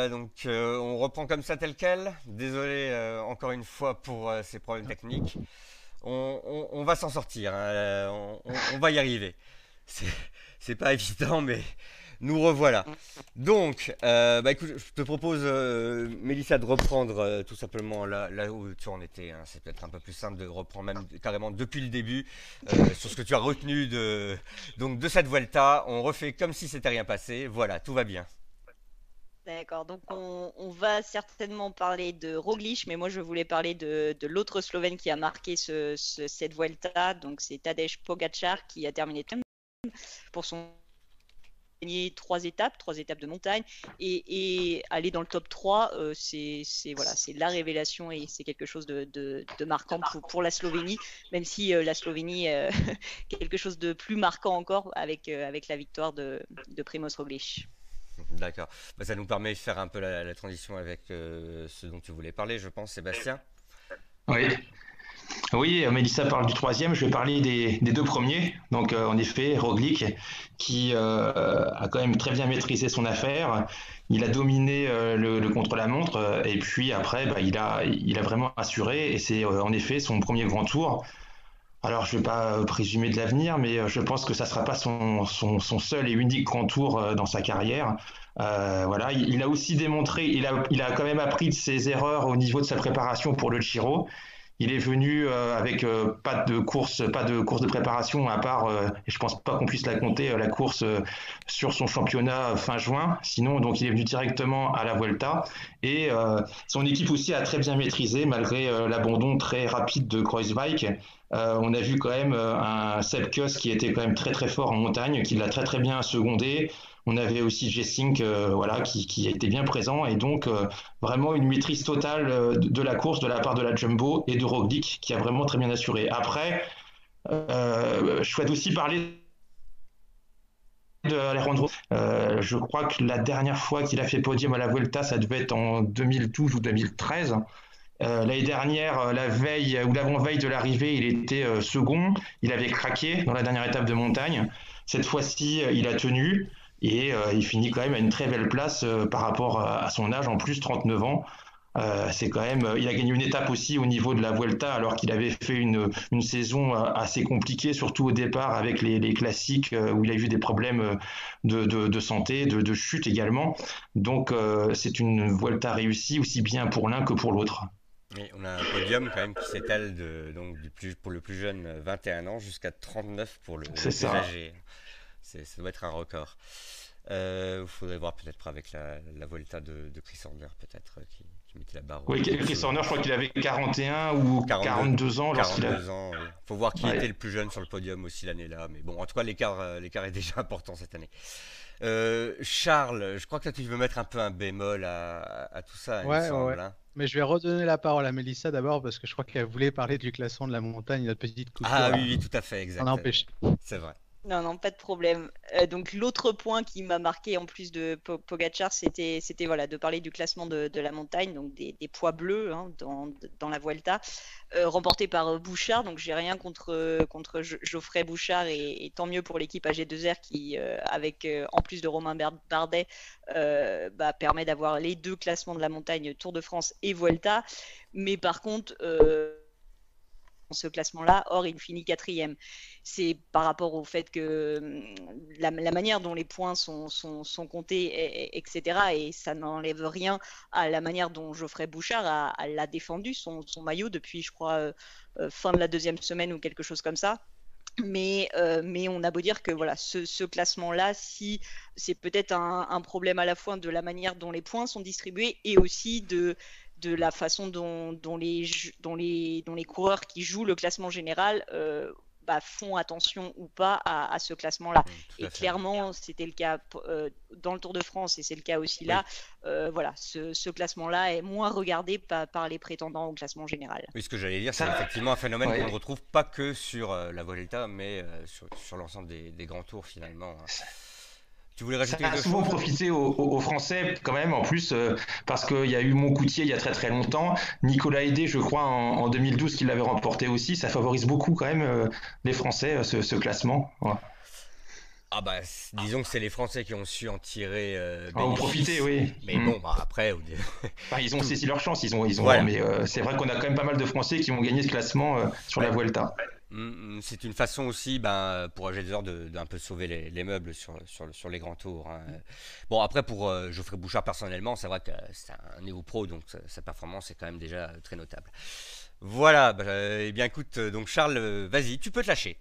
On reprend comme ça tel quel. Désolé encore une fois pour ces problèmes techniques. On va s'en sortir, hein, on va y arriver. C'est, c'est pas évident, mais nous revoilà. Écoute, je te propose, Mélissa, de reprendre tout simplement là où tu en étais, hein. C'est peut-être un peu plus simple de reprendre même carrément depuis le début sur ce que tu as retenu de cette Vuelta. On refait comme si c'était rien passé. Voilà, tout va bien. D'accord, donc on va certainement parler de Roglic, mais moi je voulais parler de l'autre Slovène qui a marqué cette Vuelta, donc c'est Tadej Pogačar qui a terminé pour son gagné trois étapes de montagne et aller dans le top 3, voilà, c'est la révélation et c'est quelque chose de marquant pour la Slovénie, même si la Slovénie quelque chose de plus marquant encore avec la victoire de Primoz Roglic. D'accord. Ça nous permet de faire un peu la transition avec ce dont tu voulais parler, je pense, Sébastien. Oui, oui, Mélissa parle du troisième, je vais parler des deux premiers. Donc, en effet, Roglic, qui a quand même très bien maîtrisé son affaire. Il a dominé le contre-la-montre, et puis après, bah, il a vraiment assuré, et c'est en effet son premier grand tour. Alors, je ne vais pas présumer de l'avenir, mais je pense que ça ne sera pas son seul et unique grand tour dans sa carrière. Voilà, il a aussi démontré, il a quand même appris de ses erreurs au niveau de sa préparation pour le Giro. Il est venu avec pas de course de préparation à part, et je pense pas qu'on puisse la compter, la course sur son championnat fin juin. Sinon, donc il est venu directement à la Vuelta et son équipe aussi a très bien maîtrisé malgré l'abandon très rapide de Kreuzweig. On a vu quand même un Sepp Kuss qui était quand même très très fort en montagne, qui l'a très très bien secondé. On avait aussi Jessink voilà, qui a été bien présent et donc vraiment une maîtrise totale de la course de la part de la Jumbo et de Roglic qui a vraiment très bien assuré. Après, je souhaite aussi parler de Alejandro. Je crois que la dernière fois qu'il a fait podium à la Vuelta, ça devait être en 2012 ou 2013. L'année dernière, la veille ou l'avant-veille de l'arrivée, il était second. Il avait craqué dans la dernière étape de montagne. Cette fois-ci, il a tenu et il finit quand même à une très belle place par rapport à son âge, en plus 39 ans. C'est quand même, il a gagné une étape aussi au niveau de la Vuelta alors qu'il avait fait une saison assez compliquée, surtout au départ avec les classiques où il a eu des problèmes de santé, de chute également. Donc c'est une Vuelta réussie aussi bien pour l'un que pour l'autre. Et on a un podium quand même qui s'étale pour le plus jeune 21 ans jusqu'à 39 pour le C'est plus ça. âgé. Ça doit être un record. Il faudrait voir peut-être avec la Volta de Chris Horner, peut-être, qui mettait la barre Oui, Chris au-dessus. Horner, je crois qu'il avait 41 ou 42, 42 ans lorsqu'il a. 42 ans. Oui. Faut voir qui était Ouais. le plus jeune sur le podium aussi l'année-là. Mais bon, en tout cas, l'écart est déjà important cette année. Charles, je crois que là, tu veux mettre un peu un bémol à tout ça, il me Ouais, ouais, ouais. semble, hein. Mais je vais redonner la parole à Mélissa d'abord parce que je crois qu'elle voulait parler du classement de la montagne, notre petite Ah coupure oui, oui, tout à fait, en a exact. empêché. C'est vrai. Non, non, pas de problème. Donc l'autre point qui m'a marqué en plus de Pogacar, c'était voilà de parler du classement de la montagne, donc des poids bleus hein, dans la Vuelta, remporté par Bouchard. Donc j'ai rien contre Geoffrey Bouchard et tant mieux pour l'équipe AG2R qui, avec en plus de Romain Bardet, permet d'avoir les deux classements de la montagne Tour de France et Vuelta. Mais par contre dans ce classement-là, or il finit quatrième. C'est par rapport au fait que la manière dont les points sont comptés, etc. Et ça n'enlève rien à la manière dont Geoffrey Bouchard l'a défendu son maillot depuis, je crois, fin de la deuxième semaine ou quelque chose comme ça. Mais on a beau dire que voilà, ce classement-là, si c'est peut-être un problème à la fois de la manière dont les points sont distribués et aussi de la façon dont les coureurs qui jouent le classement général font attention ou pas à ce classement-là. Tout Et à fait. clairement, c'était le cas dans le Tour de France et c'est le cas aussi Oui. là. Voilà, ce classement-là est moins regardé par les prétendants au classement général. Oui, ce que j'allais dire, c'est Ça, effectivement un phénomène qu'on ne ouais. retrouve pas que sur la Vuelta, mais sur l'ensemble des grands tours finalement, hein. Tu voulais Ça rajouter a quelque souvent chose? profité aux Français quand même, en plus, parce qu'il y a eu Moncoutier il y a très très longtemps, Nicolas Hédé, je crois, en 2012, qui l'avait remporté aussi. Ça favorise beaucoup quand même les Français, ce classement. Ouais. Ah bah, disons que c'est les Français qui ont su en tirer En profiter, oui. Mais bon, bah, après, Enfin, ils ont saisi leur chance, voilà. mais c'est vrai qu'on a quand même pas mal de Français qui ont gagné ce classement sur la Ouais. Vuelta. C'est une façon aussi ben, pour AG2R d'un peu sauver les meubles sur les grands tours, hein. Bon, après, pour Geoffrey Bouchard, personnellement, c'est vrai que c'est un néo-pro, donc sa performance est quand même déjà très notable. Voilà, bah, eh bien écoute, donc Charles, vas-y, tu peux te lâcher.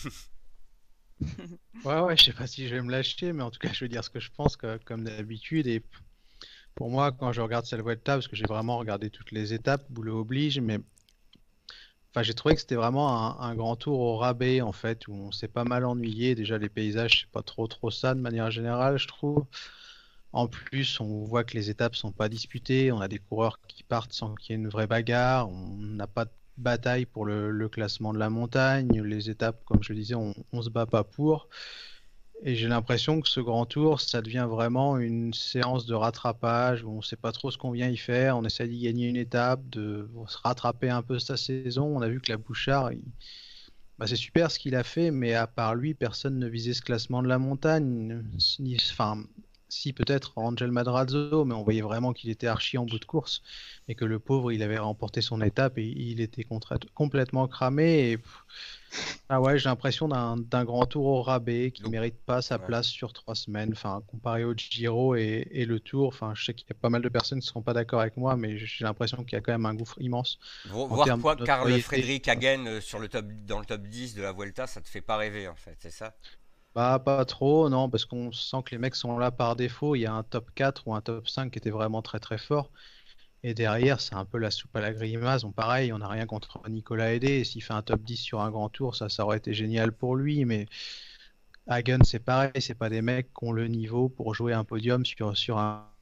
Ouais, je sais pas si je vais me lâcher, mais en tout cas, je vais dire ce que je pense, comme d'habitude. Et pour moi, quand je regarde cette Vuelta, parce que j'ai vraiment regardé toutes les étapes, boulot oblige, mais enfin, j'ai trouvé que c'était vraiment un grand tour au rabais, en fait, où on s'est pas mal ennuyé. Déjà, les paysages, c'est pas trop ça de manière générale, je trouve. En plus, on voit que les étapes sont pas disputées. On a des coureurs qui partent sans qu'il y ait une vraie bagarre. On n'a pas de bataille pour le classement de la montagne. Les étapes, comme je le disais, on se bat pas pour. Et j'ai l'impression que ce grand tour, ça devient vraiment une séance de rattrapage où on sait pas trop ce qu'on vient y faire. On essaie d'y gagner une étape, de se rattraper un peu sa saison. On a vu que la Bouchard, bah, c'est super ce qu'il a fait, mais à part lui, personne ne visait ce classement de la montagne. Enfin, si peut-être Angel Madrazo, mais on voyait vraiment qu'il était archi en bout de course et que le pauvre, il avait remporté son étape et il était complètement cramé. Et ah ouais, j'ai l'impression d'un grand tour au rabais qui Donc, mérite pas sa ouais. place sur 3 semaines. Enfin, comparé au Giro et le Tour, enfin, je sais qu'il y a pas mal de personnes qui ne seront pas d'accord avec moi, mais j'ai l'impression qu'il y a quand même un gouffre immense en Voir termes quoi, de Karl notoriété. Frédéric Hagen dans le top 10 de la Vuelta, ça te fait pas rêver en fait, c'est ça? Bah, pas trop, non, parce qu'on sent que les mecs sont là par défaut. Il y a un top 4 ou un top 5 qui était vraiment très fort. Et derrière, c'est un peu la soupe à la grimace. Bon, pareil, on n'a rien contre Nicolas Hédé. Et s'il fait un top 10 sur un grand tour, ça aurait été génial pour lui. Mais Hagen, c'est pareil, c'est pas des mecs qui ont le niveau pour jouer un podium sur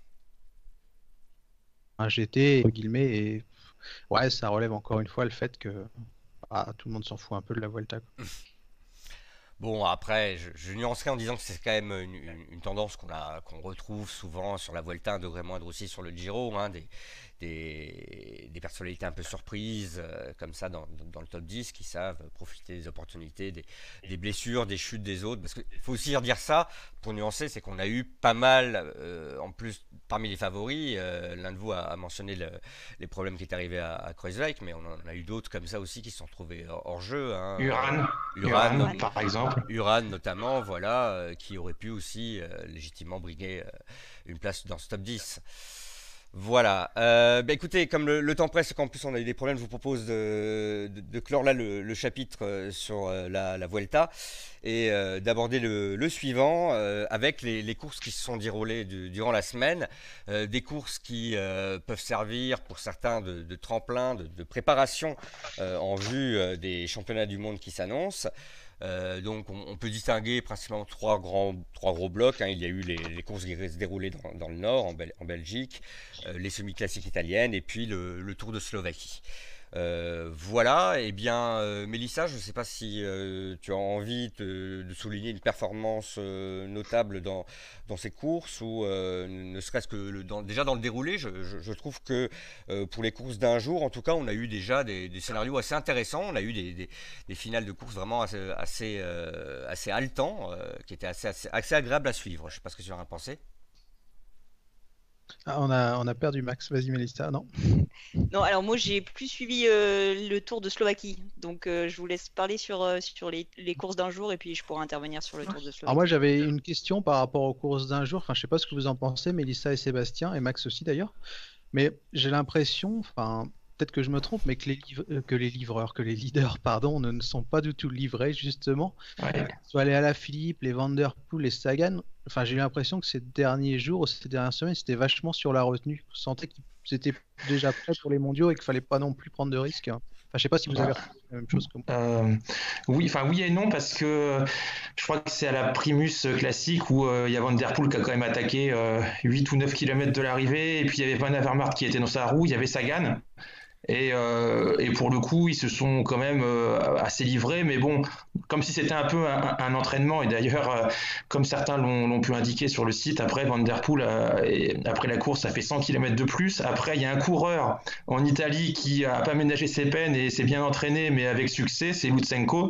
un GT, entre guillemets. Et ouais, ça relève encore une fois le fait que tout le monde s'en fout un peu de la Vuelta, quoi. Bon, après, je nuancerai en disant que c'est quand même une tendance qu'on retrouve souvent sur la Vuelta, un degré moindre aussi sur le Giro, hein, des personnalités un peu surprises, comme ça, dans le top 10, qui savent profiter des opportunités, des blessures, des chutes des autres. Parce qu'il faut aussi redire ça, pour nuancer, c'est qu'on a eu pas mal, en plus, parmi les favoris, l'un de vous a mentionné les problèmes qui est arrivé à Kreuzweig, mais on en a eu d'autres comme ça aussi qui se sont retrouvés hors jeu, hein. Uran, par exemple. Uran notamment, voilà, qui aurait pu aussi légitimement briguer une place dans ce top 10. Voilà. Bah écoutez, comme le temps presse et qu'en plus on a eu des problèmes, je vous propose de clore là le chapitre sur la Vuelta et d'aborder le suivant avec les courses qui se sont déroulées durant la semaine. Des courses qui peuvent servir pour certains de tremplin, de préparation en vue des championnats du monde qui s'annoncent. Donc on peut distinguer principalement trois gros blocs, hein. Il y a eu les courses qui se déroulaient dans le nord, en Belgique, les semi-classiques italiennes et puis le Tour de Slovaquie. Voilà, et bien Mélissa, je ne sais pas si tu as envie de souligner une performance notable dans ces courses ou ne serait-ce que déjà dans le déroulé, je trouve que pour les courses d'un jour, en tout cas, on a eu déjà des scénarios assez intéressants, on a eu des finales de courses vraiment assez haletants, qui étaient assez agréables à suivre. Je ne sais pas ce que tu en as pensé. On a perdu Max. Vas-y, Mélissa, non? Non, alors moi j'ai plus suivi le Tour de Slovaquie, donc je vous laisse parler sur les courses d'un jour et puis je pourrai intervenir sur le Tour de Alors moi Slovaquie. j'avais une question par rapport aux courses d'un jour, enfin je sais pas ce que vous en pensez, Mélissa et Sébastien, et Max aussi d'ailleurs, mais j'ai l'impression, enfin peut-être que je me trompe, mais que les leaders, pardon, ne sont pas du tout livrés justement. Ouais. Soit les Alaphilippe, les Van Der Poel, les Sagan, enfin j'ai eu l'impression que ces derniers jours, ces dernières semaines, c'était vachement sur la retenue. Je sentais qu'ils étaient déjà prêts pour les mondiaux et qu'il fallait pas non plus prendre de risques, hein. Enfin je sais pas si vous avez ressenti la même chose que moi. Oui, enfin oui et non, parce que je crois que c'est à la Primus classique où il y a Van Der Poel qui a quand même attaqué 8 ou 9 km de l'arrivée, et puis il y avait Van Avermaet qui était dans sa roue, il y avait Sagan. Et pour le coup, ils se sont quand même assez livrés, mais bon, comme si c'était un peu un entraînement. Et d'ailleurs, comme certains l'ont pu indiquer sur le site, après Van Der Poel, après la course, ça fait 100 km de plus. Après, il y a un coureur en Italie qui a pas ménagé ses peines et s'est bien entraîné, mais avec succès, c'est Lutsenko.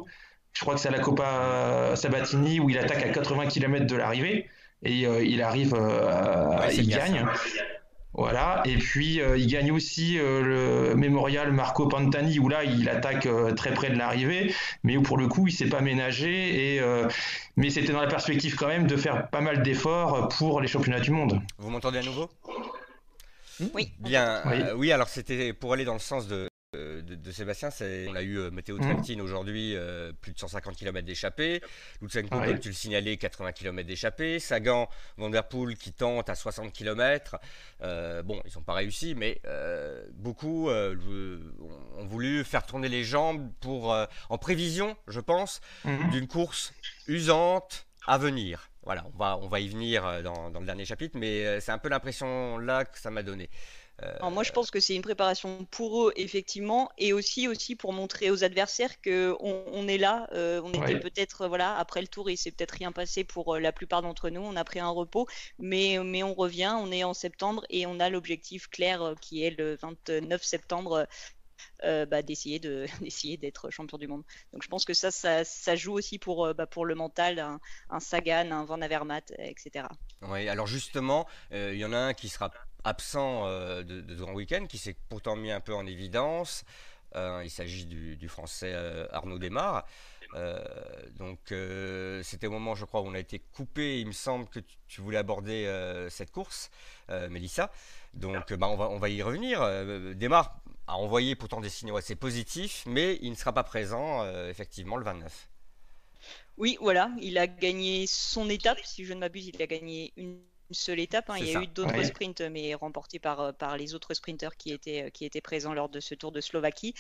Je crois que c'est à la Coppa Sabatini où il attaque à 80 km de l'arrivée et il arrive, il gagne. Voilà, et puis il gagne aussi le Mémorial Marco Pantani où là il attaque très près de l'arrivée, mais où pour le coup il s'est pas ménagé, mais c'était dans la perspective quand même de faire pas mal d'efforts pour les championnats du monde. Vous m'entendez à nouveau? Oui. Bien, Oui. oui, alors c'était pour aller dans le sens de Sébastien, on a eu Matteo Trentin aujourd'hui, plus de 150 km d'échappée. Lutsenko, Ouais. comme tu le signalais, 80 km d'échappée. Sagan, Van Der Poel qui tente à 60 km. Bon, ils n'ont pas réussi, mais beaucoup ont voulu faire tourner les jambes en prévision, je pense, d'une course usante à venir. Voilà, on va y venir dans le dernier chapitre, mais c'est un peu l'impression là que ça m'a donné. Alors, moi, je pense que c'est une préparation pour eux, effectivement, et aussi pour montrer aux adversaires que on est là. On était Ouais. peut-être, voilà, après le tour, il s'est peut-être rien passé pour la plupart d'entre nous. On a pris un repos, mais on revient, on est en septembre et on a l'objectif clair qui est le 29 septembre. D'essayer d'être champion du monde. Donc je pense que ça joue aussi pour le mental, un Sagan, un Van Avermaet, etc. Oui, alors justement, il y en a un qui sera absent de ce grand week-end, qui s'est pourtant mis un peu en évidence. Il s'agit du français Arnaud Démare. C'était au moment, je crois, où on a été coupé. Il me semble que tu voulais aborder cette course, Mélissa. Donc, on va y revenir. Démare a envoyé pourtant des signaux assez positifs, mais il ne sera pas présent, effectivement, le 29. Oui, voilà, il a gagné son étape, si je ne m'abuse, il a gagné une seule étape, hein. C'est Il y a ça. eu d'autres Ouais. sprints, mais remportés par les autres sprinteurs qui étaient présents lors de ce Tour de Slovaquie.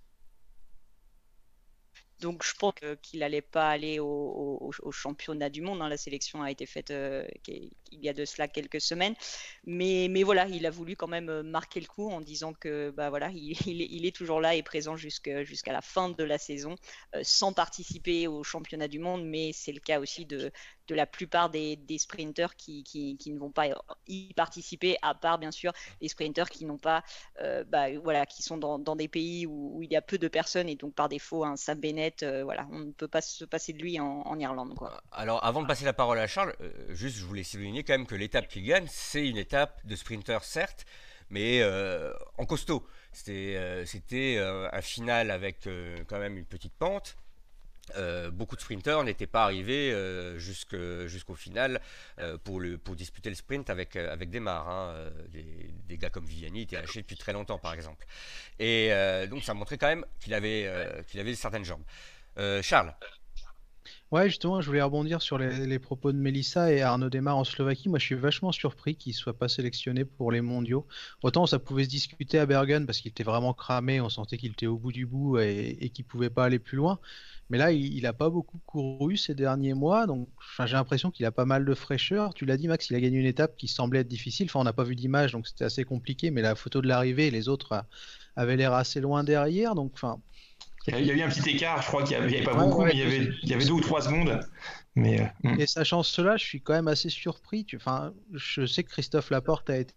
Donc je pense qu'il n'allait pas aller au championnat du monde, hein. La sélection a été faite il y a de cela quelques semaines. Mais voilà, il a voulu quand même marquer le coup en disant que voilà, il est toujours là et présent jusqu'à la fin de la saison, sans participer au championnat du monde. Mais c'est le cas aussi de la plupart des sprinteurs qui ne vont pas y participer, à part bien sûr les sprinteurs qui n'ont pas, voilà, qui sont dans des pays où il y a peu de personnes et donc par défaut un Sam Bennett, voilà, on ne peut pas se passer de lui en Irlande, quoi. Alors, avant de passer la parole à Charles, juste, je voulais souligner quand même que l'étape qu'il gagne, c'est une étape de sprinter, certes, mais en costaud. C'était un final avec quand même une petite pente. Beaucoup de sprinteurs n'étaient pas arrivés jusqu'au final pour disputer le sprint avec Démare, hein. Des gars comme Viviani étaient lâchés depuis très longtemps, par exemple. Et donc, ça montrait quand même qu'il avait certaines jambes. Charles. Ouais, justement, je voulais rebondir sur les propos de Mélissa et Arnaud Démare en Slovaquie. Moi, je suis vachement surpris qu'il ne soit pas sélectionné pour les mondiaux. Autant ça pouvait se discuter à Bergen parce qu'il était vraiment cramé, on sentait qu'il était au bout du bout et qu'il ne pouvait pas aller plus loin. Mais là, il n'a pas beaucoup couru ces derniers mois, donc enfin, j'ai l'impression qu'il a pas mal de fraîcheur. Tu l'as dit, Max, il a gagné une étape qui semblait être difficile. Enfin, on n'a pas vu d'image, donc c'était assez compliqué, mais la photo de l'arrivée, les autres avaient l'air assez loin derrière. Donc, enfin, Il y a eu un petit écart, je crois qu'il n'y avait pas ouais, beaucoup, ouais, mais il y avait 2 ou 3 secondes. Mais Et sachant cela, je suis quand même assez surpris. Enfin, je sais que Christophe Laporte a été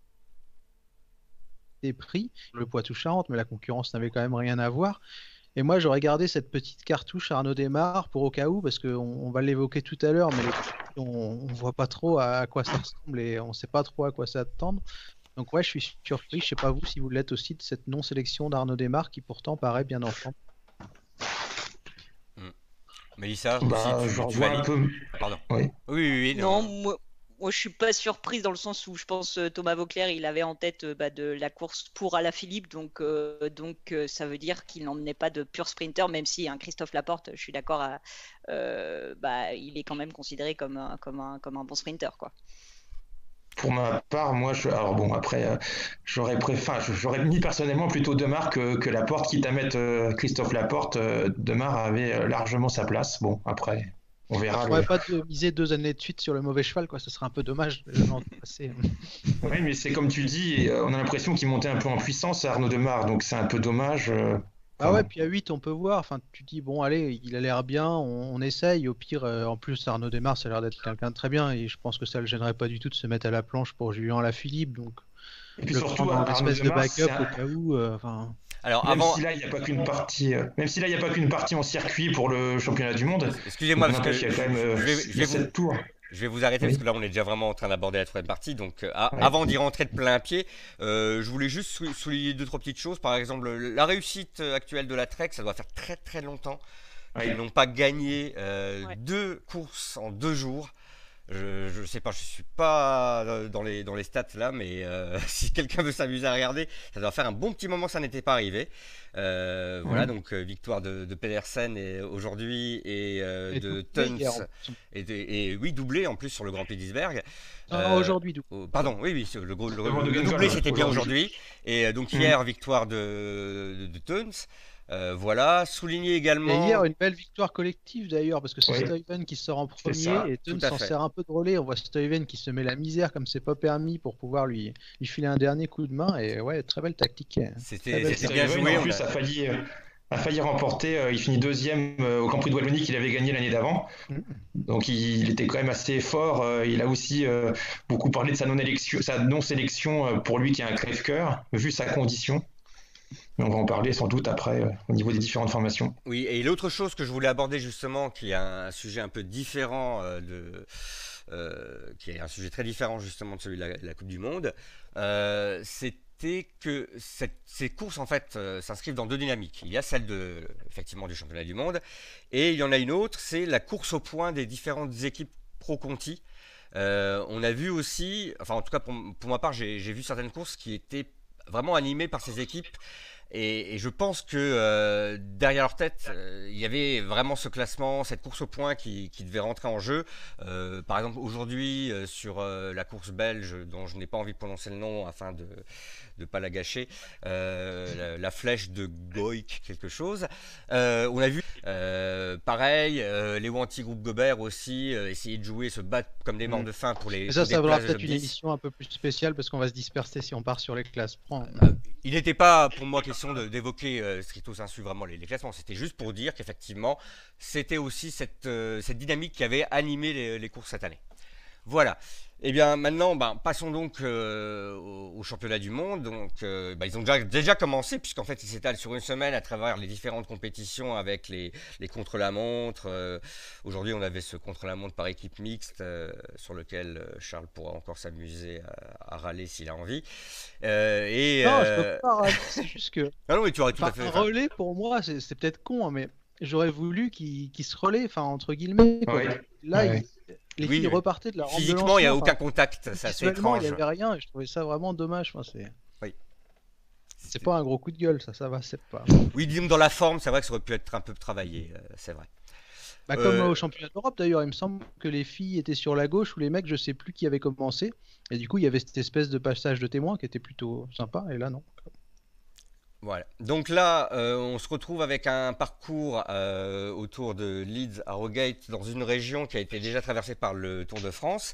pris, le Poitou-Charentes, mais la concurrence n'avait quand même rien à voir. Et moi, j'aurais gardé cette petite cartouche Arnaud Démare pour au cas où, parce qu'on va l'évoquer tout à l'heure, mais on voit pas trop à quoi ça ressemble et on sait pas trop à quoi s'attendre. Donc ouais, je suis surpris. Je sais pas vous si vous l'êtes aussi de cette non-sélection d'Arnaud Démare qui pourtant paraît bien en forme. Mélissa, je tu rejoins un valides. peu. Pardon. Oui. Oui, Non, moi je suis pas surprise dans le sens où je pense Thomas Vauclair il avait en tête de la course pour Alaphilippe, donc ça veut dire qu'il n'emmenait pas de pur sprinter, même si Christophe Laporte, je suis d'accord, il est quand même considéré comme un bon sprinter, quoi. Pour ma part, moi, alors bon, après, j'aurais mis personnellement plutôt Demar que Laporte, quitte à mettre Christophe Laporte. Demar avait largement sa place. Bon, après, on verra. Je pourrais pas te miser 2 années de suite sur le mauvais cheval, quoi. Ce serait un peu dommage. Oui, mais c'est comme tu dis, on a l'impression qu'il montait un peu en puissance, Arnaud Demar, donc c'est un peu dommage. Ah ouais, puis à 8, on peut voir. Enfin, tu dis, bon, allez, il a l'air bien, on essaye. Au pire, en plus, Arnaud Démare, ça a l'air d'être quelqu'un de très bien. Et je pense que ça le gênerait pas du tout de se mettre à la planche pour Julien Alaphilippe. Donc, Et puis le surtout, prendre en Arnaud espèce de Demar, backup au cas où. Alors Même avant, si là, il n'y a pas qu'une partie, même si là, il n'y a pas qu'une partie en circuit pour le championnat du monde. excusez-moi Donc parce que n'empêche, il y a quand même je vais vous 7 tours. Je vais vous arrêter parce Oui, que là on est déjà vraiment en train d'aborder la troisième partie. Donc oui, avant d'y rentrer de plein pied, je voulais juste souligner deux trois petites choses. Par exemple, la réussite actuelle de la Trek, ça doit faire très très longtemps qu'ils oui. n'ont pas gagné Ouais. deux courses en 2 jours. Je sais pas, je suis pas dans les stats là, mais si quelqu'un veut s'amuser à regarder, ça doit faire un bon petit moment que ça n'était pas arrivé. Voilà, Mhm. donc victoire de Pedersen aujourd'hui et Et de doublé hier, Tuns et oui, doublé en plus sur le Grand Prix d'Isberg. non, aujourd'hui, doublé. Pardon, oui, oui, Devant de le Gunter, doublé ouais, c'était bien aujourd'hui. aujourd'hui. Et donc Mhm. hier, victoire de Tuns. Voilà, souligner Et hier, également. une belle victoire collective d'ailleurs, parce que c'est Oui, Stuyven qui sort en c'est premier ça. et Tout Tun à s'en fait. sert un peu de relais. On voit Stuyven qui se met la misère comme c'est pas permis pour pouvoir lui filer un dernier coup de main. Et ouais, très belle tactique. Très C'était belle c'était bien stratégie. Stuyven, joué. en plus, a failli remporter. Il finit deuxième au Grand Prix de Wallonie qu'il avait gagné l'année d'avant. Mhm. Donc il était quand même assez fort. Il a aussi beaucoup parlé de sa non-sélection pour lui qui est un crève-cœur, vu sa condition. Mais on va en parler sans doute après au niveau des différentes formations. Oui, et l'autre chose que je voulais aborder justement, qui est un sujet un peu différent qui est un sujet très différent justement de celui de la Coupe du Monde, c'était que ces courses en fait s'inscrivent dans deux dynamiques. Il y a celle effectivement du championnat du monde, et il y en a une autre, c'est la course au point des différentes équipes Pro Conti. On a vu aussi, enfin en tout cas pour ma part, j'ai vu certaines courses qui étaient vraiment animées par ces équipes et je pense que derrière leur tête, il y avait vraiment ce classement, cette course au point qui devait rentrer en jeu. Par exemple, aujourd'hui, sur la course belge, dont je n'ai pas envie de prononcer le nom afin de ne pas la gâcher, la flèche de Goik, quelque chose. On a vu, pareil, les anti-groupe Gobert aussi essayer de jouer, se battre comme des morts Mm. de faim pour Et pour ça des vaudra places de peut-être top une 10. émission un peu plus spéciale parce qu'on va se disperser si on part sur les classements. Il n'était pas pour moi question d'évoquer stricto sensu vraiment les classements, c'était juste pour dire qu'effectivement c'était aussi cette dynamique qui avait animé les courses cette année. Voilà. Et bien maintenant, ben, passons donc au championnat du monde. Donc, ils ont déjà commencé, puisqu'en fait ils s'étalent sur une semaine à travers les différentes compétitions avec les contre-la-montre. Aujourd'hui, on avait ce contre-la-montre par équipe mixte sur lequel Charles pourra encore s'amuser à râler s'il a envie. Et Non, je peux pas râler, c'est juste que ah non, mais tu aurais tout à enfin, fait. un Enfin, relais pour moi, c'est peut-être con, hein, mais j'aurais voulu qu'il se relaie, enfin entre guillemets, quoi. Oui, Là, ouais. les oui, filles oui. repartaient de la rampe de Physiquement, il n'y a lancement. aucun Enfin, contact, c'est assez visuellement, il n'y étrange. avait rien et je trouvais ça vraiment dommage. Enfin, Oui. c'est pas un gros coup de gueule, ça va, c'est pas. Oui, disons que dans la forme, c'est vrai que ça aurait pu être un peu travaillé, c'est vrai. Bah, comme Euh, au championnat d'Europe d'ailleurs, il me semble que les filles étaient sur la gauche ou les mecs, je sais plus qui avait commencé. Et du coup, il y avait cette espèce de passage de témoin qui était plutôt sympa. Et là, non. Voilà. Donc là, on se retrouve avec un parcours autour de Leeds à Harrogate, dans une région qui a été déjà traversée par le Tour de France.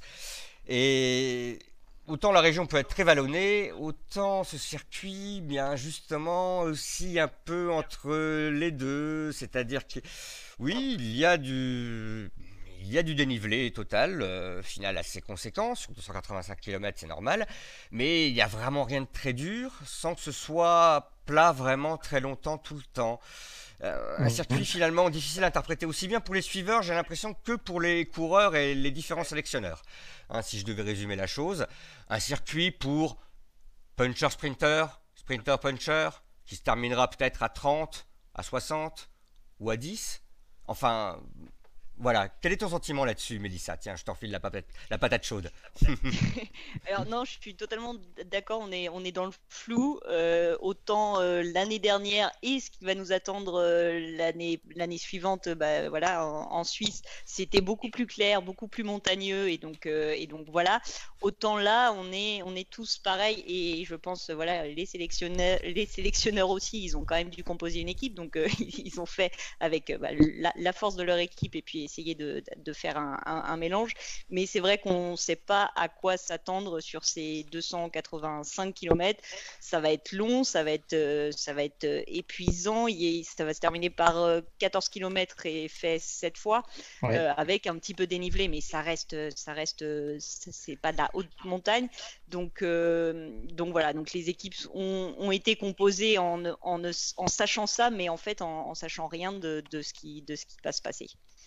Et autant la région peut être très vallonnée, autant ce circuit, bien justement, aussi un peu entre les deux. C'est-à-dire que, oui, il y a du dénivelé total, final assez conséquent, sur 285 km c'est normal, mais il n'y a vraiment rien de très dur, sans que ce soit plat vraiment très longtemps tout le temps. Un circuit finalement difficile à interpréter aussi bien pour les suiveurs, j'ai l'impression, que pour les coureurs et les différents sélectionneurs. Hein, si je devais résumer la chose, un circuit pour puncher-sprinter, sprinter-puncher, qui se terminera peut-être à 30, à 60 ou à 10. Enfin, voilà. Quel est ton sentiment là-dessus, Mélissa? Tiens, je t'enfile la patate chaude. Alors non, je suis totalement d'accord, on est dans le flou. Autant l'année dernière et ce qui va nous attendre l'année suivante, bah, voilà, en Suisse, c'était beaucoup plus clair, beaucoup plus montagneux et donc voilà. Autant là, on est tous pareils et je pense voilà les sélectionneurs aussi, ils ont quand même dû composer une équipe, donc ils ont fait avec bah, la force de leur équipe et puis essayer de faire un mélange. Mais c'est vrai qu'on ne sait pas à quoi s'attendre sur ces 285 km. Ça va être long, ça va être épuisant. Ça va se terminer par 14 km et fait 7 fois, Ouais. avec un petit peu dénivelé, mais c'est pas de la haute montagne. Donc voilà, donc les équipes ont été composées en sachant ça, mais en fait en sachant rien de ce qui va se passer.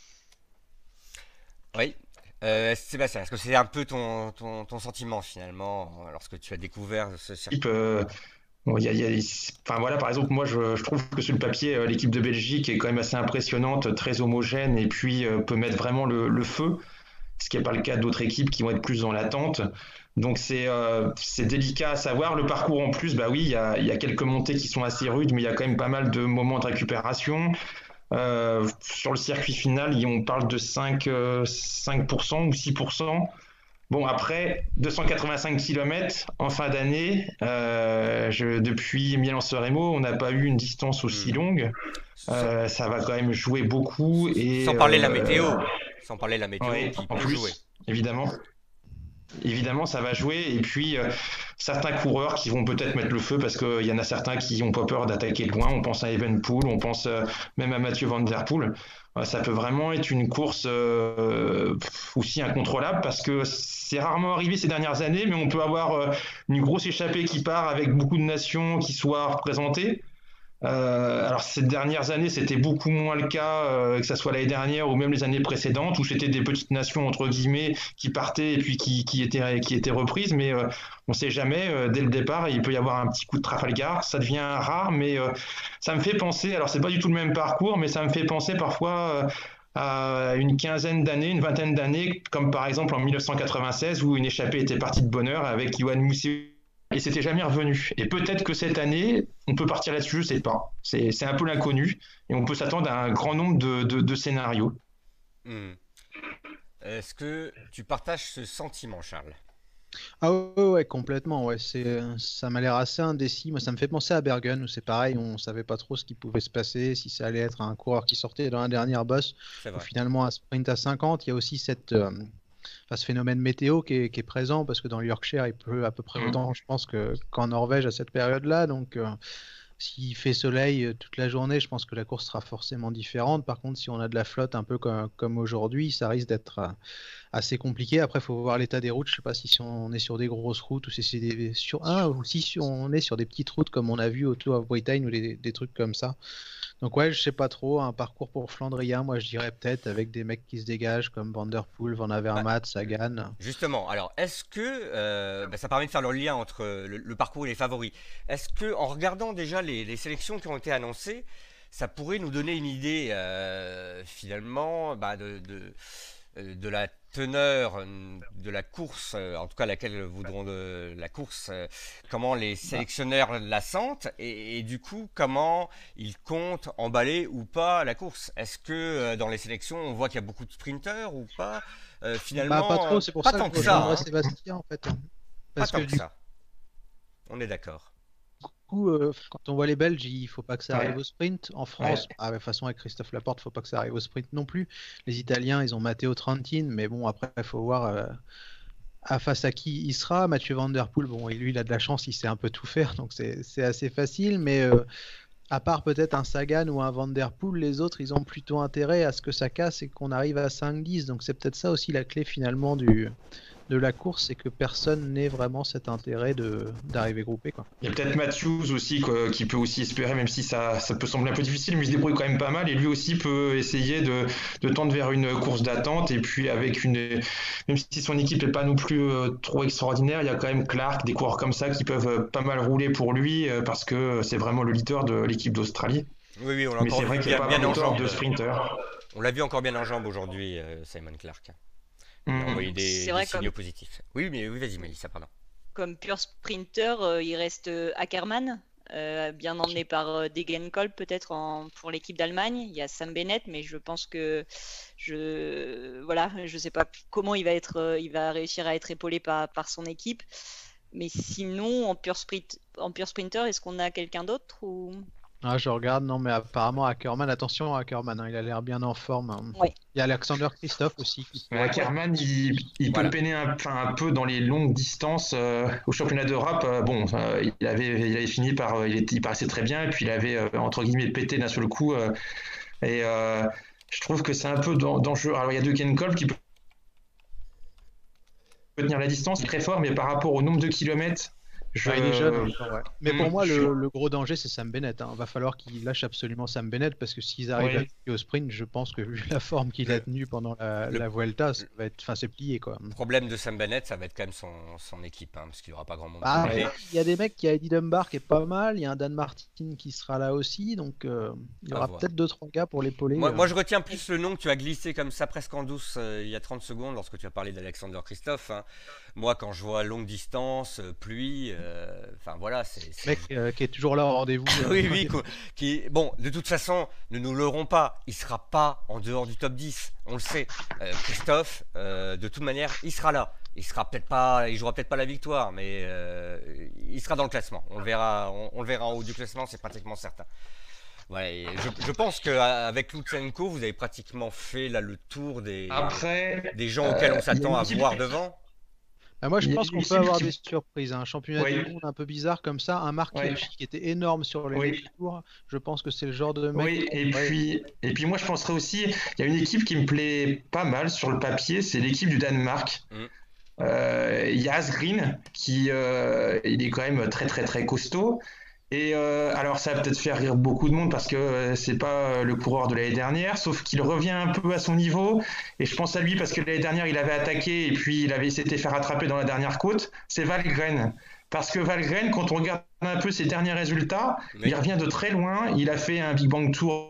Oui. Sébastien, est-ce que c'est un peu ton sentiment finalement lorsque tu as découvert ce circuit? Bon, enfin, voilà, par exemple, moi je trouve que sur le papier, l'équipe de Belgique est quand même assez impressionnante, très homogène et puis peut mettre vraiment le feu, ce qui n'est pas le cas d'autres équipes qui vont être plus dans l'attente. Donc c'est délicat à savoir. Le parcours en plus, bah oui, il y a quelques montées qui sont assez rudes, mais il y a quand même pas mal de moments de récupération. Sur le circuit final, on parle de 5% ou 6%. Bon, après, 285 km en fin d'année, depuis Milan-San Remo, on n'a pas eu une distance aussi longue. Ça va quand même jouer beaucoup. Sans parler de la météo. Sans parler de la météo ouais, qui en peut plus, jouer. Évidemment, ça va jouer. Et puis, certains coureurs qui vont peut-être mettre le feu parce qu'il y en a certains qui n'ont pas peur d'attaquer de loin. On pense à Evenepoel, on pense même à Mathieu Van Der Poel. Ça peut vraiment être une course aussi incontrôlable parce que c'est rarement arrivé ces dernières années, mais on peut avoir une grosse échappée qui part avec beaucoup de nations qui soient représentées. Alors ces dernières années, c'était beaucoup moins le cas, que ce soit l'année dernière ou même les années précédentes, où c'était des petites nations entre guillemets qui partaient et puis qui étaient reprises. Mais on ne sait jamais. Dès le départ, il peut y avoir un petit coup de Trafalgar. Ça devient rare, mais ça me fait penser. Alors c'est pas du tout le même parcours, mais ça me fait penser parfois. À une quinzaine d'années, une vingtaine d'années, comme par exemple en 1996 où une échappée était partie de bonne heure avec Yoann Mousset et c'était jamais revenu. Et peut-être que cette année, on peut partir là-dessus, je sais pas. C'est un peu l'inconnu et on peut s'attendre à un grand nombre de scénarios. Est-ce que tu partages ce sentiment, Charles? Ah ouais, complètement. Ouais, ça m'a l'air assez indécis. Moi, ça me fait penser à Bergen où c'est pareil, on savait pas trop ce qui pouvait se passer, si ça allait être un coureur qui sortait dans la dernière bosse ou finalement un sprint à 50. Il y a aussi ce phénomène météo qui est présent parce que dans le Yorkshire, il pleut à peu près autant, je pense, qu'en Norvège à cette période-là. Donc, s'il fait soleil toute la journée, je pense que la course sera forcément différente. Par contre, si on a de la flotte un peu comme aujourd'hui, ça risque d'être assez compliqué. Après, il faut voir l'état des routes. Je ne sais pas si on est sur des grosses routes ou si c'est ou si on est sur des petites routes comme on a vu au Tour of Britain ou des trucs comme ça. Donc ouais, je sais pas trop, un parcours pour Flandrien, moi je dirais peut-être avec des mecs qui se dégagent comme Van Der Poel, Van Avermaet, Sagan. Justement, alors est-ce que ça permet de faire le lien entre le parcours et les favoris? Est-ce que en regardant déjà les sélections qui ont été annoncées, ça pourrait nous donner une idée finalement de la teneur de la course, en tout cas laquelle voudront de la course, comment les sélectionneurs la sentent et du coup comment ils comptent emballer ou pas la course. Est-ce que dans les sélections on voit qu'il y a beaucoup de sprinteurs ou pas? Finalement, pas trop, c'est pour pas ça tant que que je ça. rejoindrai Sébastien en fait. Pas tant que ça. On est d'accord. Quand on voit les Belges, il faut pas que ça arrive au sprint. En France, de toute façon avec Christophe Laporte, il faut pas que ça arrive au sprint non plus. Les Italiens, ils ont Matteo Trentin, mais bon, après, il faut voir face à qui il sera. Mathieu Van Der Poel, bon, lui, il a de la chance, il sait un peu tout faire, donc c'est assez facile. Mais à part peut-être un Sagan ou un Van Der Poel, les autres, ils ont plutôt intérêt à ce que ça casse et qu'on arrive à 5-10. Donc c'est peut-être ça aussi la clé finalement de la course, c'est que personne n'ait vraiment cet intérêt d'arriver groupé, quoi. Il y a peut-être Matthews aussi qui peut aussi espérer, même si ça peut sembler un peu difficile, mais il se débrouille quand même pas mal et lui aussi peut essayer de tendre vers une course d'attente et puis même si son équipe n'est pas non plus trop extraordinaire, il y a quand même Clark, des coureurs comme ça qui peuvent pas mal rouler pour lui parce que c'est vraiment le leader de l'équipe d'Australie. Oui, on l'a encore vu bien en jambe. De sprinter. On l'a vu encore bien en jambe aujourd'hui, Simon Clark. Il a envoyé des signaux positifs. Oui, vas-y, Mélissa, pardon. Comme pur sprinter, il reste Ackermann, bien emmené par Degenkolb peut-être pour l'équipe d'Allemagne. Il y a Sam Bennett, mais je pense que je sais pas comment il va réussir à être épaulé par son équipe. Mais sinon, en pur sprinter, est-ce qu'on a quelqu'un d'autre ou... Ah, je regarde, non, mais apparemment Ackermann, attention à Ackermann, il a l'air bien en forme. Ouais. Il y a Alexander Christophe aussi. Ackermann, il peut peiner un peu dans les longues distances. Au championnat d'Europe, il avait fini par. Il paraissait très bien, et puis il avait, entre guillemets, pété d'un seul coup. Je trouve que c'est un peu dangereux. Alors, il y a Degenkolb qui peut tenir la distance, très fort, mais par rapport au nombre de kilomètres, il est jeune encore, ouais. Mais pour moi, je- le gros danger, c'est Sam Bennett. Il va falloir qu'il lâche absolument Sam Bennett parce que s'ils arrivent à Oui. piquer au sprint, je pense que vu la forme qu'il a tenue pendant la Vuelta, ça va être, enfin, c'est plié quoi. Le problème de Sam Bennett, ça va être quand même son équipe, hein, parce qu'il n'y aura pas grand monde pour Ah, l'aider. il y a des mecs, il y a Eddie Dunbar qui est pas mal, il y a un Dan Martin qui sera là aussi, donc il y À aura voir. peut-être 2-3 gars pour l'épauler. Moi, je retiens plus le nom que tu as glissé comme ça presque en douce il y a 30 secondes lorsque tu as parlé d'Alexander Christophe, hein. Moi, quand je vois longue distance, pluie, enfin voilà, c'est... Mec qui est toujours là au rendez-vous. Oui, oui, bon, de toute façon, ne nous leurrons pas, il sera pas en dehors du top 10, on le sait. Christophe, de toute manière, il sera là. Il sera peut-être pas, il jouera peut-être pas la victoire, mais il sera dans le classement. On le verra, on le verra en haut du classement, c'est pratiquement certain. Voilà, et je pense qu'avec Lutsenko, vous avez pratiquement fait là le tour Après, des gens auxquels on il y a s'attend une à équipe- voir devant. Moi, je Il y a pense une qu'on peut équipe avoir qui- des surprises. Un championnat Oui. du monde un peu bizarre comme ça, un Mark Oui. Hirschi qui était énorme sur les Oui. tours. Je pense que c'est le genre de mec. Oui, et puis moi je penserais aussi, il y a une équipe qui me plaît pas mal sur le papier, c'est l'équipe du Danemark. Mm. Il y a Asgreen qui il est quand même très très très costaud. Et alors ça va peut-être faire rire beaucoup de monde parce que c'est pas le coureur de l'année dernière, sauf qu'il revient un peu à son niveau. Et je pense à lui parce que l'année dernière il avait attaqué et puis s'était fait rattraper dans la dernière côte. C'est Valgren. Parce que Valgren, quand on regarde un peu ses derniers résultats, Oui. il revient de très loin. Il a fait un Big Bang Tour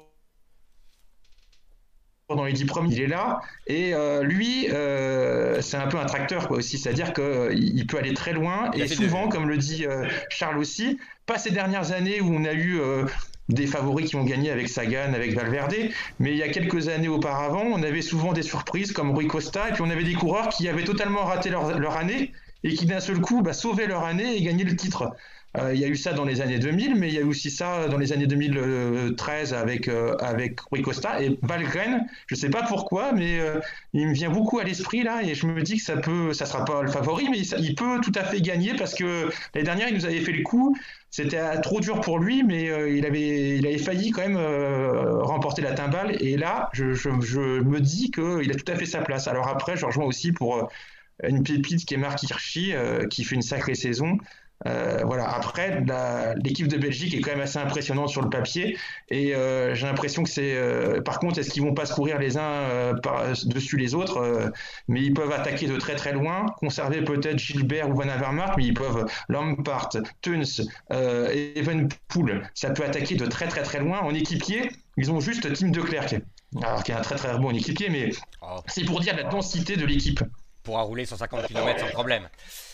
dans les 10 premiers, il est là. Et lui, c'est un peu un tracteur quoi, aussi, c'est-à-dire qu'il peut aller très loin. Il a Et fait souvent, de- comme le dit Charles aussi, pas ces dernières années où on a eu des favoris qui ont gagné avec Sagan, avec Valverde, mais il y a quelques années auparavant, on avait souvent des surprises comme Rui Costa, et puis on avait des coureurs qui avaient totalement raté leur année et qui d'un seul coup sauvaient leur année et gagnaient le titre. Il y a eu ça dans les années 2000, mais il y a eu aussi ça dans les années 2013 avec Rui Costa et Valgren. Je ne sais pas pourquoi, mais il me vient beaucoup à l'esprit là, et je me dis que ça sera pas le favori, mais il peut tout à fait gagner parce que l'année dernière il nous avait fait le coup. C'était trop dur pour lui, mais il avait failli quand même remporter la timbale. Et là, je me dis qu'il a tout à fait sa place. Alors après, je rejoins aussi pour une pépite qui est Mark Hirschi, qui fait une sacrée saison. Voilà. Après, l'équipe de Belgique est quand même assez impressionnante sur le papier et j'ai l'impression que c'est. Par contre, est-ce qu'ils vont pas se courir les uns dessus les autres mais ils peuvent attaquer de très très loin, conserver peut-être Gilbert ou Van Avermaet, mais ils peuvent Lampard, Teuns, Evenepoel, ça peut attaquer de très très très loin. En équipier, ils ont juste Tim de Klerk, alors qui est un très très bon équipier, mais Oh, c'est pour dire la densité de l'équipe. pourra rouler 150 km sans problème.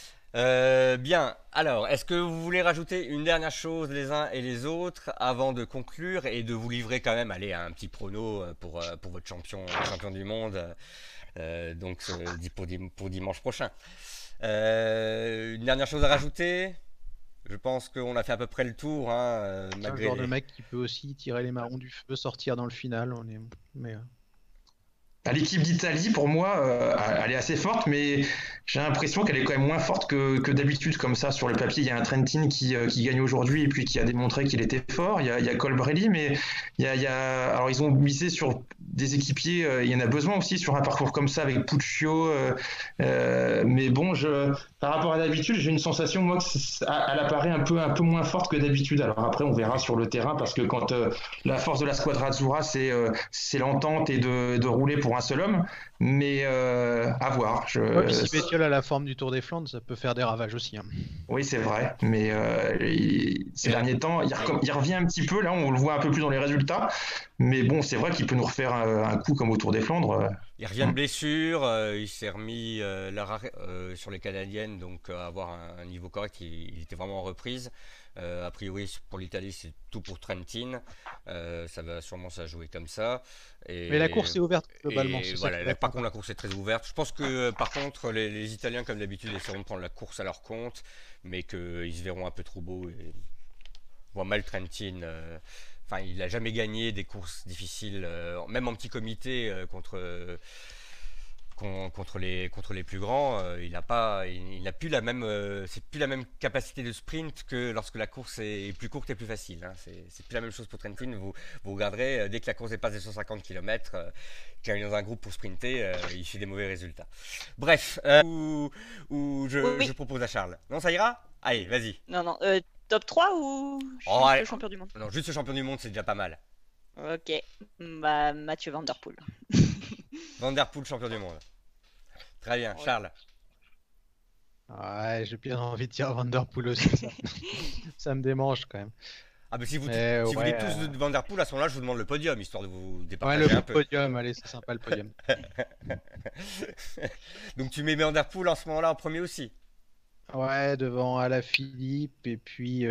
Bien, alors, est-ce que vous voulez rajouter une dernière chose les uns et les autres avant de conclure et de vous livrer quand même, allez, un petit prono pour votre champion du monde, donc pour dimanche prochain. Une dernière chose à rajouter? Je pense qu'on a fait à peu près le tour, hein, C'est un malgré genre de mec qui peut aussi tirer les marrons du feu, sortir dans le final. Mais, L'équipe d'Italie, pour moi, elle est assez forte, mais j'ai l'impression qu'elle est quand même moins forte que d'habitude, comme ça, sur le papier. Il y a un Trentin qui gagne aujourd'hui et puis qui a démontré qu'il était fort. Il y a Colbrelli, mais alors ils ont misé sur des équipiers. Il y en a besoin aussi sur un parcours comme ça avec Puccio. Mais bon, par rapport à d'habitude, j'ai une sensation, moi, elle apparaît un peu moins forte que d'habitude. Alors après, on verra sur le terrain, parce que quand la force de la Squadra Azzurra, c'est l'entente et de rouler pour un seul homme, mais à voir. ouais, puis si Bettiol a la forme du Tour des Flandres, ça peut faire des ravages aussi. Hein. Oui, c'est vrai, mais ces derniers temps, il revient un petit peu, là on le voit un peu plus dans les résultats, mais bon, c'est vrai qu'il peut nous refaire un coup comme au Tour des Flandres. Il revient de blessure, il s'est remis sur les Canadiennes, donc avoir un niveau correct, il était vraiment en reprise. A priori, pour l'Italie, c'est tout pour Trentin. Ça va sûrement se jouer comme ça. Mais la course est ouverte globalement. Et voilà, par contre, la course est très ouverte. Je pense que, par contre, les Italiens, comme d'habitude, essaieront de prendre la course à leur compte, mais qu'ils se verront un peu trop beaux. Et voient mal Trentin. Enfin, il n'a jamais gagné des courses difficiles, même en petit comité contre contre les plus grands, il n'a plus la même, c'est plus la même capacité de sprint que lorsque la course est plus courte et plus facile. Hein. C'est plus la même chose pour Trentin. Vous regarderez, dès que la course dépasse les 150 km, quand il est dans un groupe pour sprinter, il fait des mauvais résultats. Bref, je propose à Charles. Non, ça ira? Allez, vas-y. Non, top 3 ou Allez. le champion du monde? Non, juste le champion du monde, c'est déjà pas mal. Ok, bah Mathieu Van Der Poel. Van Der Poel, champion du monde. Très bien, Ouais. Charles. Ouais, j'ai bien envie de dire Van Der Poel aussi. Ça me démange quand même. Ah bah si vous Mais dites ouais, tous de Van Der Poel, à ce moment-là, je vous demande le podium, histoire de vous ouais, départager un le peu. podium, allez, c'est sympa le podium. Donc tu mets Van Der Poel en ce moment-là en premier aussi. Ouais, devant Alaphilippe et puis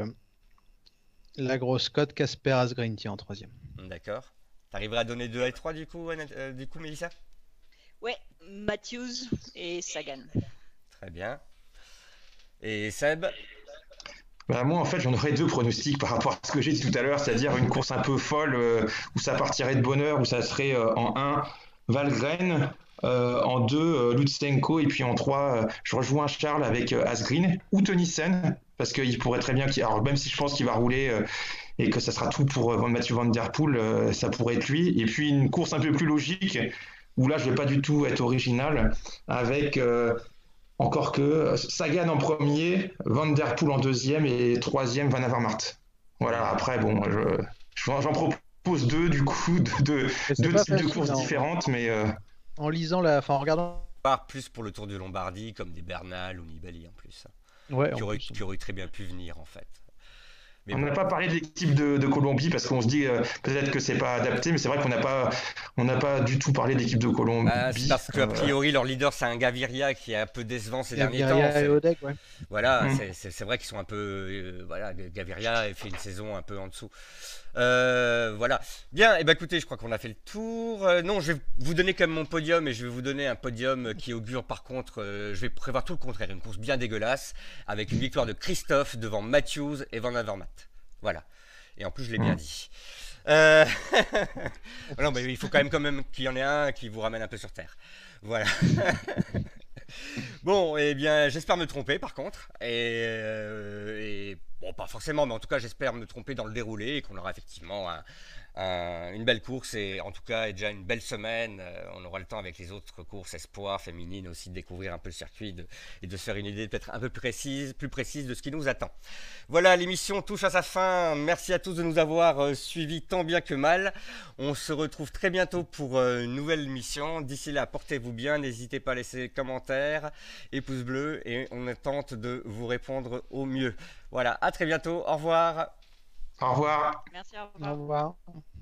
la grosse cote Casper Asgreen en troisième. D'accord. T'arriveras à donner 2 et 3 du coup, Mélissa? Ouais, Matthews et Sagan. Très bien. Et Seb? Bah, moi, en fait, j'en aurais deux pronostics par rapport à ce que j'ai dit tout à l'heure, c'est-à-dire une course un peu folle où ça partirait de bonne heure, où ça serait en 1 Valgren, en 2 Lutsenko, et puis en 3, je rejoins Charles avec Asgreen ou Tonissen, parce qu'il pourrait très bien, alors même si je pense qu'il va rouler et que ça sera tout pour Mathieu Van Der Poel, ça pourrait être lui. Et puis une course un peu plus logique, où là, je ne vais pas du tout être original, avec encore que Sagan en premier, Van Der Poel en deuxième et troisième Van Avermaet. Voilà, après, bon, j'en propose deux, du coup, deux C'est pas types de facile, courses non. différentes, mais En lisant enfin en regardant. Part plus pour le Tour de Lombardie, comme des Bernal ou Nibali en plus. Ouais, Qui en aurait, plus. qui aurait très bien pu venir en fait. Mais on bon. n'a pas parlé de l'équipe de Colombie parce qu'on se dit peut-être que c'est pas adapté, mais c'est vrai qu'on n'a pas du tout parlé d'équipe de Colombie. C'est parce qu'a priori leur leader c'est un Gaviria qui est un peu décevant ces derniers temps. Gaviria et Odek, ouais. Voilà, c'est vrai qu'ils sont un peu. Voilà, Gaviria a fait une saison un peu en dessous. Voilà. Bien, et écoutez, je crois qu'on a fait le tour. Non, je vais vous donner comme mon podium et je vais vous donner un podium qui augure par contre. Je vais prévoir tout le contraire, une course bien dégueulasse avec une victoire de Christophe devant Matthews et Van Avermaet. Voilà. Et en plus, je l'ai bien dit. Non, mais il faut quand même qu'il y en ait un qui vous ramène un peu sur terre. Voilà. Bon, eh bien, j'espère me tromper par contre. Et bon, pas forcément, mais en tout cas, j'espère me tromper dans le déroulé et qu'on aura effectivement une belle course et en tout cas déjà une belle semaine. On aura le temps avec les autres courses espoirs féminines aussi de découvrir un peu le circuit et de se faire une idée peut-être un peu plus précise de ce qui nous attend. Voilà, l'émission touche à sa fin. Merci à tous de nous avoir suivis tant bien que mal. On se retrouve très bientôt pour une nouvelle émission. D'ici là, portez-vous bien. N'hésitez pas à laisser commentaires et pouces bleus et on tente de vous répondre au mieux. Voilà, à très bientôt. Au revoir. Au revoir. Merci, au Au revoir. revoir.